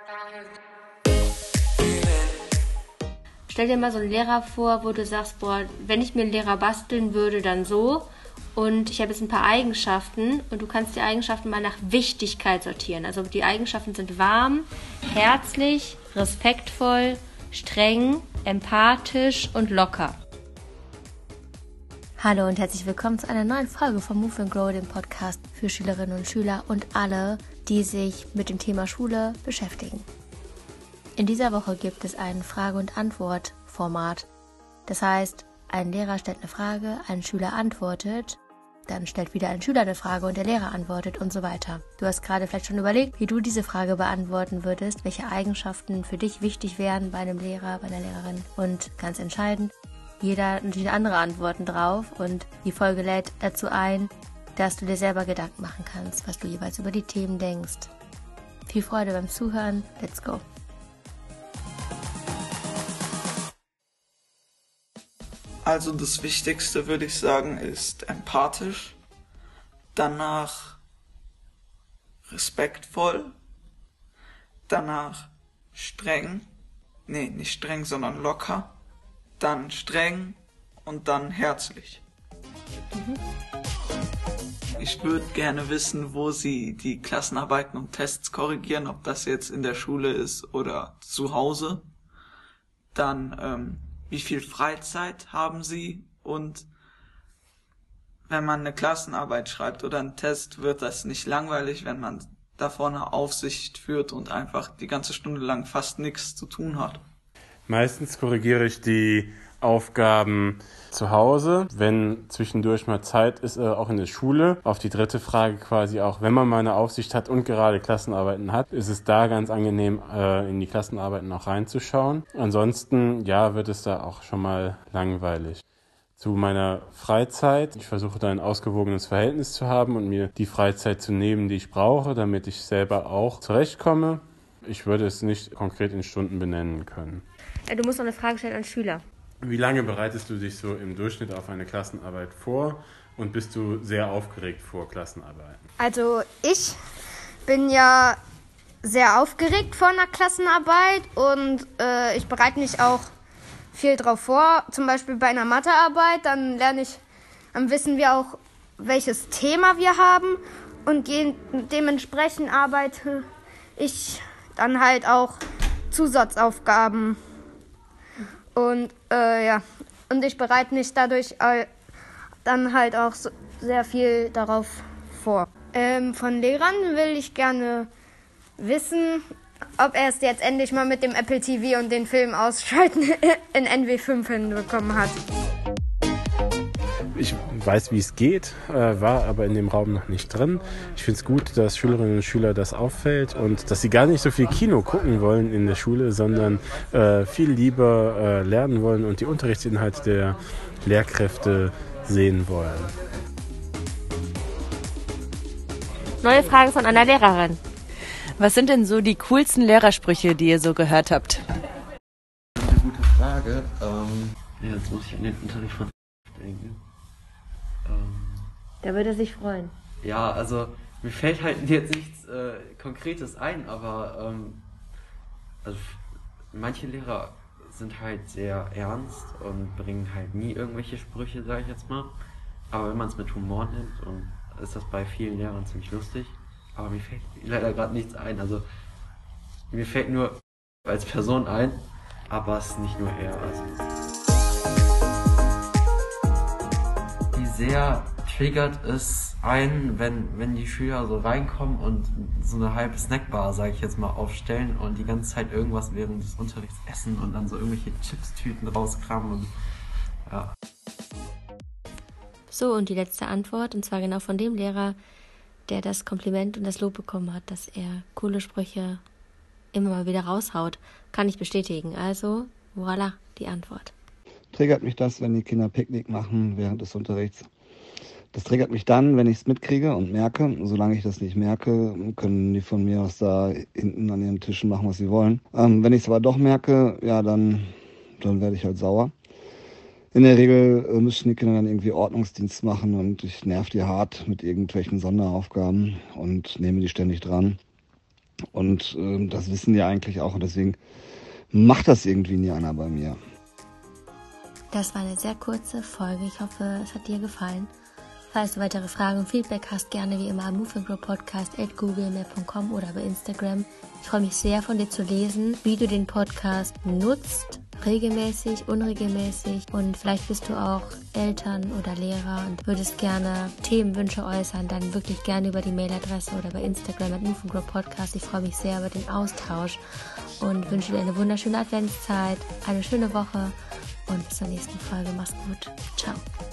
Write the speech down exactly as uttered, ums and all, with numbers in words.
Stell dir mal so einen Lehrer vor, wo du sagst, boah, wenn ich mir einen Lehrer basteln würde, dann so. Und ich habe jetzt ein paar Eigenschaften und du kannst die Eigenschaften mal nach Wichtigkeit sortieren. Also die Eigenschaften sind warm, herzlich, respektvoll, streng, empathisch und locker. Hallo und herzlich willkommen zu einer neuen Folge von Move and Grow, dem Podcast für Schülerinnen und Schüler und alle, die sich mit dem Thema Schule beschäftigen. In dieser Woche gibt es ein Frage- und Antwort-Format. Das heißt, ein Lehrer stellt eine Frage, ein Schüler antwortet, dann stellt wieder ein Schüler eine Frage und der Lehrer antwortet und so weiter. Du hast gerade vielleicht schon überlegt, wie du diese Frage beantworten würdest, welche Eigenschaften für dich wichtig wären bei einem Lehrer, bei einer Lehrerin. Und ganz entscheidend, jeder hat natürlich andere Antworten drauf und die Folge lädt dazu ein, dass du dir selber Gedanken machen kannst, was du jeweils über die Themen denkst. Viel Freude beim Zuhören, let's go! Also das Wichtigste, würde ich sagen, ist empathisch, danach respektvoll, danach streng, nee, nicht streng, sondern locker, dann streng und dann herzlich. Mhm. Ich würde gerne wissen, wo Sie die Klassenarbeiten und Tests korrigieren, ob das jetzt in der Schule ist oder zu Hause. Dann, ähm, wie viel Freizeit haben Sie? Und wenn man eine Klassenarbeit schreibt oder einen Test, wird das nicht langweilig, wenn man da vorne Aufsicht führt und einfach die ganze Stunde lang fast nichts zu tun hat. Meistens korrigiere ich die Aufgaben zu Hause, wenn zwischendurch mal Zeit ist, äh, auch in der Schule. Auf die dritte Frage quasi auch, wenn man mal eine Aufsicht hat und gerade Klassenarbeiten hat, ist es da ganz angenehm, äh, in die Klassenarbeiten auch reinzuschauen. Ansonsten, ja, wird es da auch schon mal langweilig. Zu meiner Freizeit, ich versuche da ein ausgewogenes Verhältnis zu haben und mir die Freizeit zu nehmen, die ich brauche, damit ich selber auch zurechtkomme. Ich würde es nicht konkret in Stunden benennen können. Ja, du musst noch eine Frage stellen an Schüler. Wie lange bereitest du dich so im Durchschnitt auf eine Klassenarbeit vor und bist du sehr aufgeregt vor Klassenarbeiten? Also ich bin ja sehr aufgeregt vor einer Klassenarbeit und äh, ich bereite mich auch viel drauf vor. Zum Beispiel bei einer Mathearbeit, dann lerne ich, dann wissen wir auch, welches Thema wir haben und gehen, dementsprechend arbeite ich dann halt auch Zusatzaufgaben. Und äh, ja, und ich bereite mich dadurch äh, dann halt auch so sehr viel darauf vor. Ähm, von Lehrern will ich gerne wissen, ob er es jetzt endlich mal mit dem Apple T V und den Film ausschalten in N W fünf hinbekommen hat. Ich weiß, wie es geht, äh, war aber in dem Raum noch nicht drin. Ich finde es gut, dass Schülerinnen und Schüler das auffällt und dass sie gar nicht so viel Kino gucken wollen in der Schule, sondern äh, viel lieber äh, lernen wollen und die Unterrichtsinhalte der Lehrkräfte sehen wollen. Neue Frage von einer Lehrerin. Was sind denn so die coolsten Lehrersprüche, die ihr so gehört habt? Eine gute Frage. Ähm, ja, jetzt muss ich an den Unterricht von denken. Da würde er sich freuen. Ja, also mir fällt halt jetzt nichts äh, Konkretes ein, aber ähm, also manche Lehrer sind halt sehr ernst und bringen halt nie irgendwelche Sprüche, sage ich jetzt mal. Aber wenn man es mit Humor nimmt, und ist das bei vielen Lehrern ziemlich lustig. Aber mir fällt leider gerade nichts ein. Also mir fällt nur als Person ein, aber es ist nicht nur er. Also wie sehr triggert es ein, wenn, wenn die Schüler so reinkommen und so eine halbe Snackbar, sage ich jetzt mal, aufstellen und die ganze Zeit irgendwas während des Unterrichts essen und dann so irgendwelche Chipstüten rauskramen und ja. So, und die letzte Antwort, und zwar genau von dem Lehrer, der das Kompliment und das Lob bekommen hat, dass er coole Sprüche immer mal wieder raushaut, kann ich bestätigen. Also, voilà, die Antwort. Triggert mich das, wenn die Kinder Picknick machen während des Unterrichts. Das triggert mich dann, wenn ich es mitkriege und merke. Solange ich das nicht merke, können die von mir aus da hinten an ihren Tischen machen, was sie wollen. Ähm, wenn ich es aber doch merke, ja, dann, dann werde ich halt sauer. In der Regel äh, müssen die Kinder dann irgendwie Ordnungsdienst machen und ich nerv die hart mit irgendwelchen Sonderaufgaben und nehme die ständig dran. Und äh, das wissen die eigentlich auch und deswegen macht das irgendwie nie einer bei mir. Das war eine sehr kurze Folge. Ich hoffe, es hat dir gefallen. Falls du weitere Fragen und Feedback hast, gerne wie immer an move and grow podcast at googlemail punkt com oder bei Instagram. Ich freue mich sehr, von dir zu lesen, wie du den Podcast nutzt, regelmäßig, unregelmäßig, und vielleicht bist du auch Eltern oder Lehrer und würdest gerne Themenwünsche äußern, dann wirklich gerne über die Mailadresse oder bei Instagram at move and grow podcast. Ich freue mich sehr über den Austausch und wünsche dir eine wunderschöne Adventszeit, eine schöne Woche und bis zur nächsten Folge. Mach's gut. Ciao.